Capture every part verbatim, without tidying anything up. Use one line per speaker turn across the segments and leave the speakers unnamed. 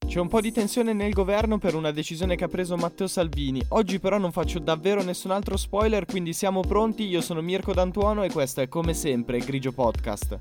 C'è un po' di tensione nel governo per una decisione che ha preso Matteo Salvini. Oggi però non faccio davvero nessun altro spoiler, quindi siamo pronti. Io sono Mirko D'Antuono e questo è come sempre Grigio Podcast.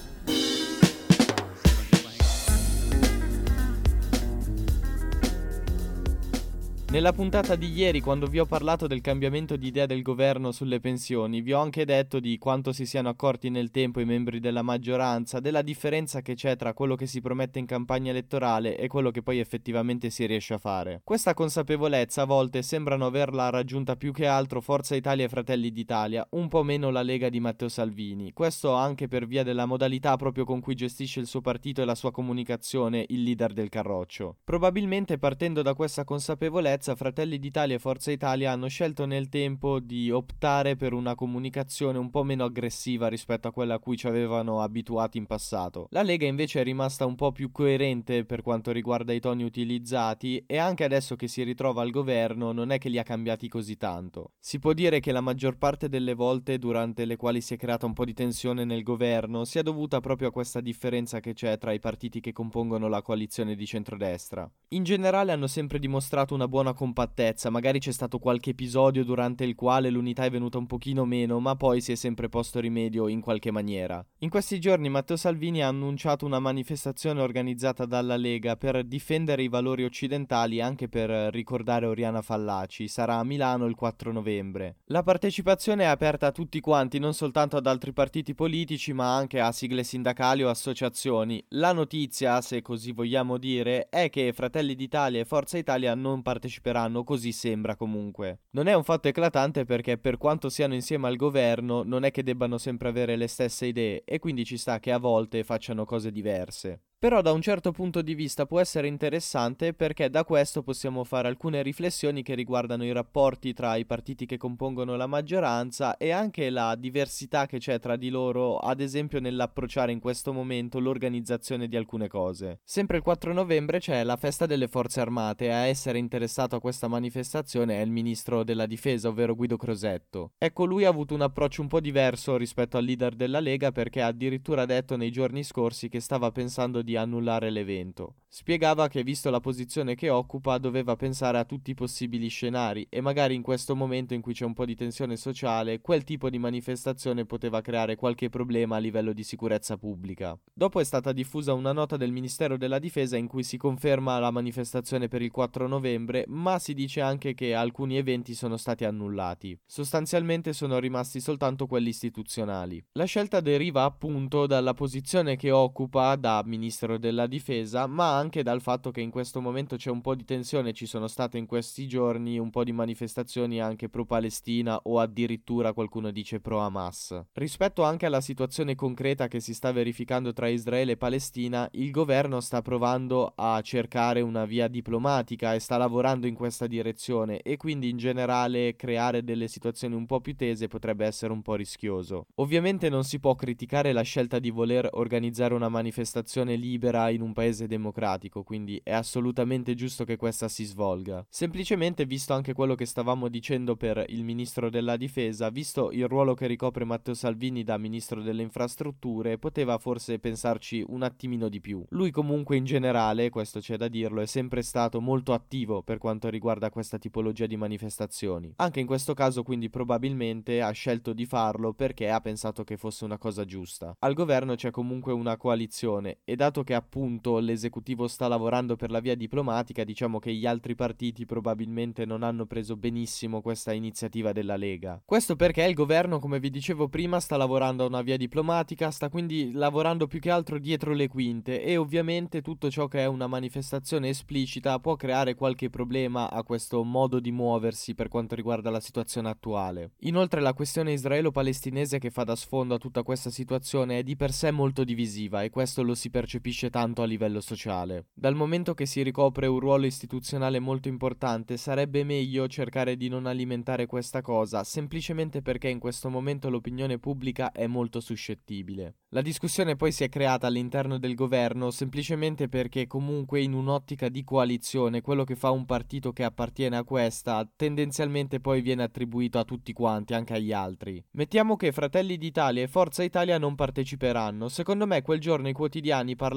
Nella puntata di ieri, quando vi ho parlato del cambiamento di idea del governo sulle pensioni, vi ho anche detto di quanto si siano accorti nel tempo i membri della maggioranza della differenza che c'è tra quello che si promette in campagna elettorale e quello che poi effettivamente si riesce a fare. Questa consapevolezza a volte sembrano averla raggiunta più che altro Forza Italia e Fratelli d'Italia, un po' meno la Lega di Matteo Salvini. Questo anche per via della modalità proprio con cui gestisce il suo partito e la sua comunicazione il leader del Carroccio. Probabilmente partendo da questa consapevolezza Fratelli d'Italia e Forza Italia hanno scelto nel tempo di optare per una comunicazione un po' meno aggressiva rispetto a quella a cui ci avevano abituati in passato. La Lega invece è rimasta un po' più coerente per quanto riguarda i toni utilizzati e anche adesso che si ritrova al governo non è che li ha cambiati così tanto. Si può dire che la maggior parte delle volte durante le quali si è creata un po' di tensione nel governo sia dovuta proprio a questa differenza che c'è tra i partiti che compongono la coalizione di centrodestra. In generale hanno sempre dimostrato una buona compattezza, magari c'è stato qualche episodio durante il quale l'unità è venuta un pochino meno, ma poi si è sempre posto rimedio in qualche maniera. In questi giorni Matteo Salvini ha annunciato una manifestazione organizzata dalla Lega per difendere i valori occidentali e anche per ricordare Oriana Fallaci. Sarà a Milano il quattro novembre. La partecipazione è aperta a tutti quanti, non soltanto ad altri partiti politici, ma anche a sigle sindacali o associazioni. La notizia, se così vogliamo dire, è che Fratelli d'Italia e Forza Italia non parteciperanno, così sembra comunque. Non è un fatto eclatante perché per quanto siano insieme al governo non è che debbano sempre avere le stesse idee e quindi ci sta che a volte facciano cose diverse. Però da un certo punto di vista può essere interessante perché da questo possiamo fare alcune riflessioni che riguardano i rapporti tra i partiti che compongono la maggioranza e anche la diversità che c'è tra di loro, ad esempio nell'approcciare in questo momento l'organizzazione di alcune cose. Sempre il quattro novembre c'è la festa delle forze armate e a essere interessato a questa manifestazione è il ministro della difesa, ovvero Guido Crosetto. Ecco, lui ha avuto un approccio un po' diverso rispetto al leader della Lega perché ha addirittura detto nei giorni scorsi che stava pensando di di annullare l'evento. Spiegava che visto la posizione che occupa doveva pensare a tutti i possibili scenari e magari in questo momento in cui c'è un po' di tensione sociale quel tipo di manifestazione poteva creare qualche problema a livello di sicurezza pubblica. Dopo è stata diffusa una nota del Ministero della Difesa in cui si conferma la manifestazione per il quattro novembre, ma si dice anche che alcuni eventi sono stati annullati. Sostanzialmente sono rimasti soltanto quelli istituzionali. La scelta deriva appunto dalla posizione che occupa da Ministro della Difesa, ma anche dal fatto che in questo momento c'è un po' di tensione, ci sono state in questi giorni un po' di manifestazioni anche pro-Palestina o addirittura qualcuno dice pro-Hamas. Rispetto anche alla situazione concreta che si sta verificando tra Israele e Palestina, il governo sta provando a cercare una via diplomatica e sta lavorando in questa direzione e quindi in generale creare delle situazioni un po' più tese potrebbe essere un po' rischioso. Ovviamente non si può criticare la scelta di voler organizzare una manifestazione libera in un paese democratico, quindi è assolutamente giusto che questa si svolga. Semplicemente, visto anche quello che stavamo dicendo per il ministro della difesa, visto il ruolo che ricopre Matteo Salvini da ministro delle infrastrutture, poteva forse pensarci un attimino di più. Lui comunque in generale, questo c'è da dirlo, è sempre stato molto attivo per quanto riguarda questa tipologia di manifestazioni. Anche in questo caso quindi probabilmente ha scelto di farlo perché ha pensato che fosse una cosa giusta. Al governo c'è comunque una coalizione e dato che appunto l'esecutivo sta lavorando per la via diplomatica, diciamo che gli altri partiti probabilmente non hanno preso benissimo questa iniziativa della Lega. Questo perché il governo, come vi dicevo prima, sta lavorando a una via diplomatica, sta quindi lavorando più che altro dietro le quinte e ovviamente tutto ciò che è una manifestazione esplicita può creare qualche problema a questo modo di muoversi per quanto riguarda la situazione attuale. Inoltre la questione israelo-palestinese che fa da sfondo a tutta questa situazione è di per sé molto divisiva e questo lo si percepisce tanto a livello sociale. Dal momento che si ricopre un ruolo istituzionale molto importante, sarebbe meglio cercare di non alimentare questa cosa, semplicemente perché in questo momento l'opinione pubblica è molto suscettibile. La discussione poi si è creata all'interno del governo semplicemente perché comunque in un'ottica di coalizione quello che fa un partito che appartiene a questa tendenzialmente poi viene attribuito a tutti quanti, anche agli altri. Mettiamo che Fratelli d'Italia e Forza Italia non parteciperanno, secondo me quel giorno i quotidiani parleranno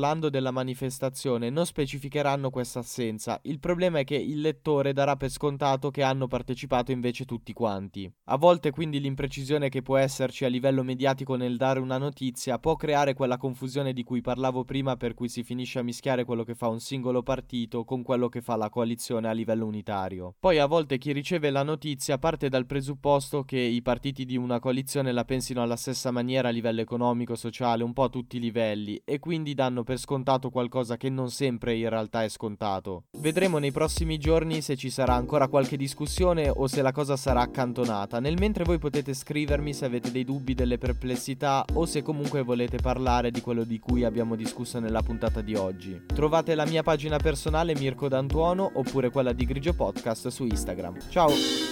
parlando della manifestazione non specificheranno questa assenza. Il problema è che il lettore darà per scontato che hanno partecipato invece tutti quanti. A volte quindi l'imprecisione che può esserci a livello mediatico nel dare una notizia può creare quella confusione di cui parlavo prima, per cui si finisce a mischiare quello che fa un singolo partito con quello che fa la coalizione a livello unitario. Poi a volte chi riceve la notizia parte dal presupposto che i partiti di una coalizione la pensino alla stessa maniera a livello economico, sociale, un po' a tutti i livelli, e quindi danno per scontato qualcosa che non sempre in realtà è scontato. Vedremo nei prossimi giorni se ci sarà ancora qualche discussione o se la cosa sarà accantonata. Nel mentre voi potete scrivermi se avete dei dubbi, delle perplessità o se comunque volete parlare di quello di cui abbiamo discusso nella puntata di oggi. Trovate la mia pagina personale Mirko D'Antuono oppure quella di Grigio Podcast su Instagram. Ciao!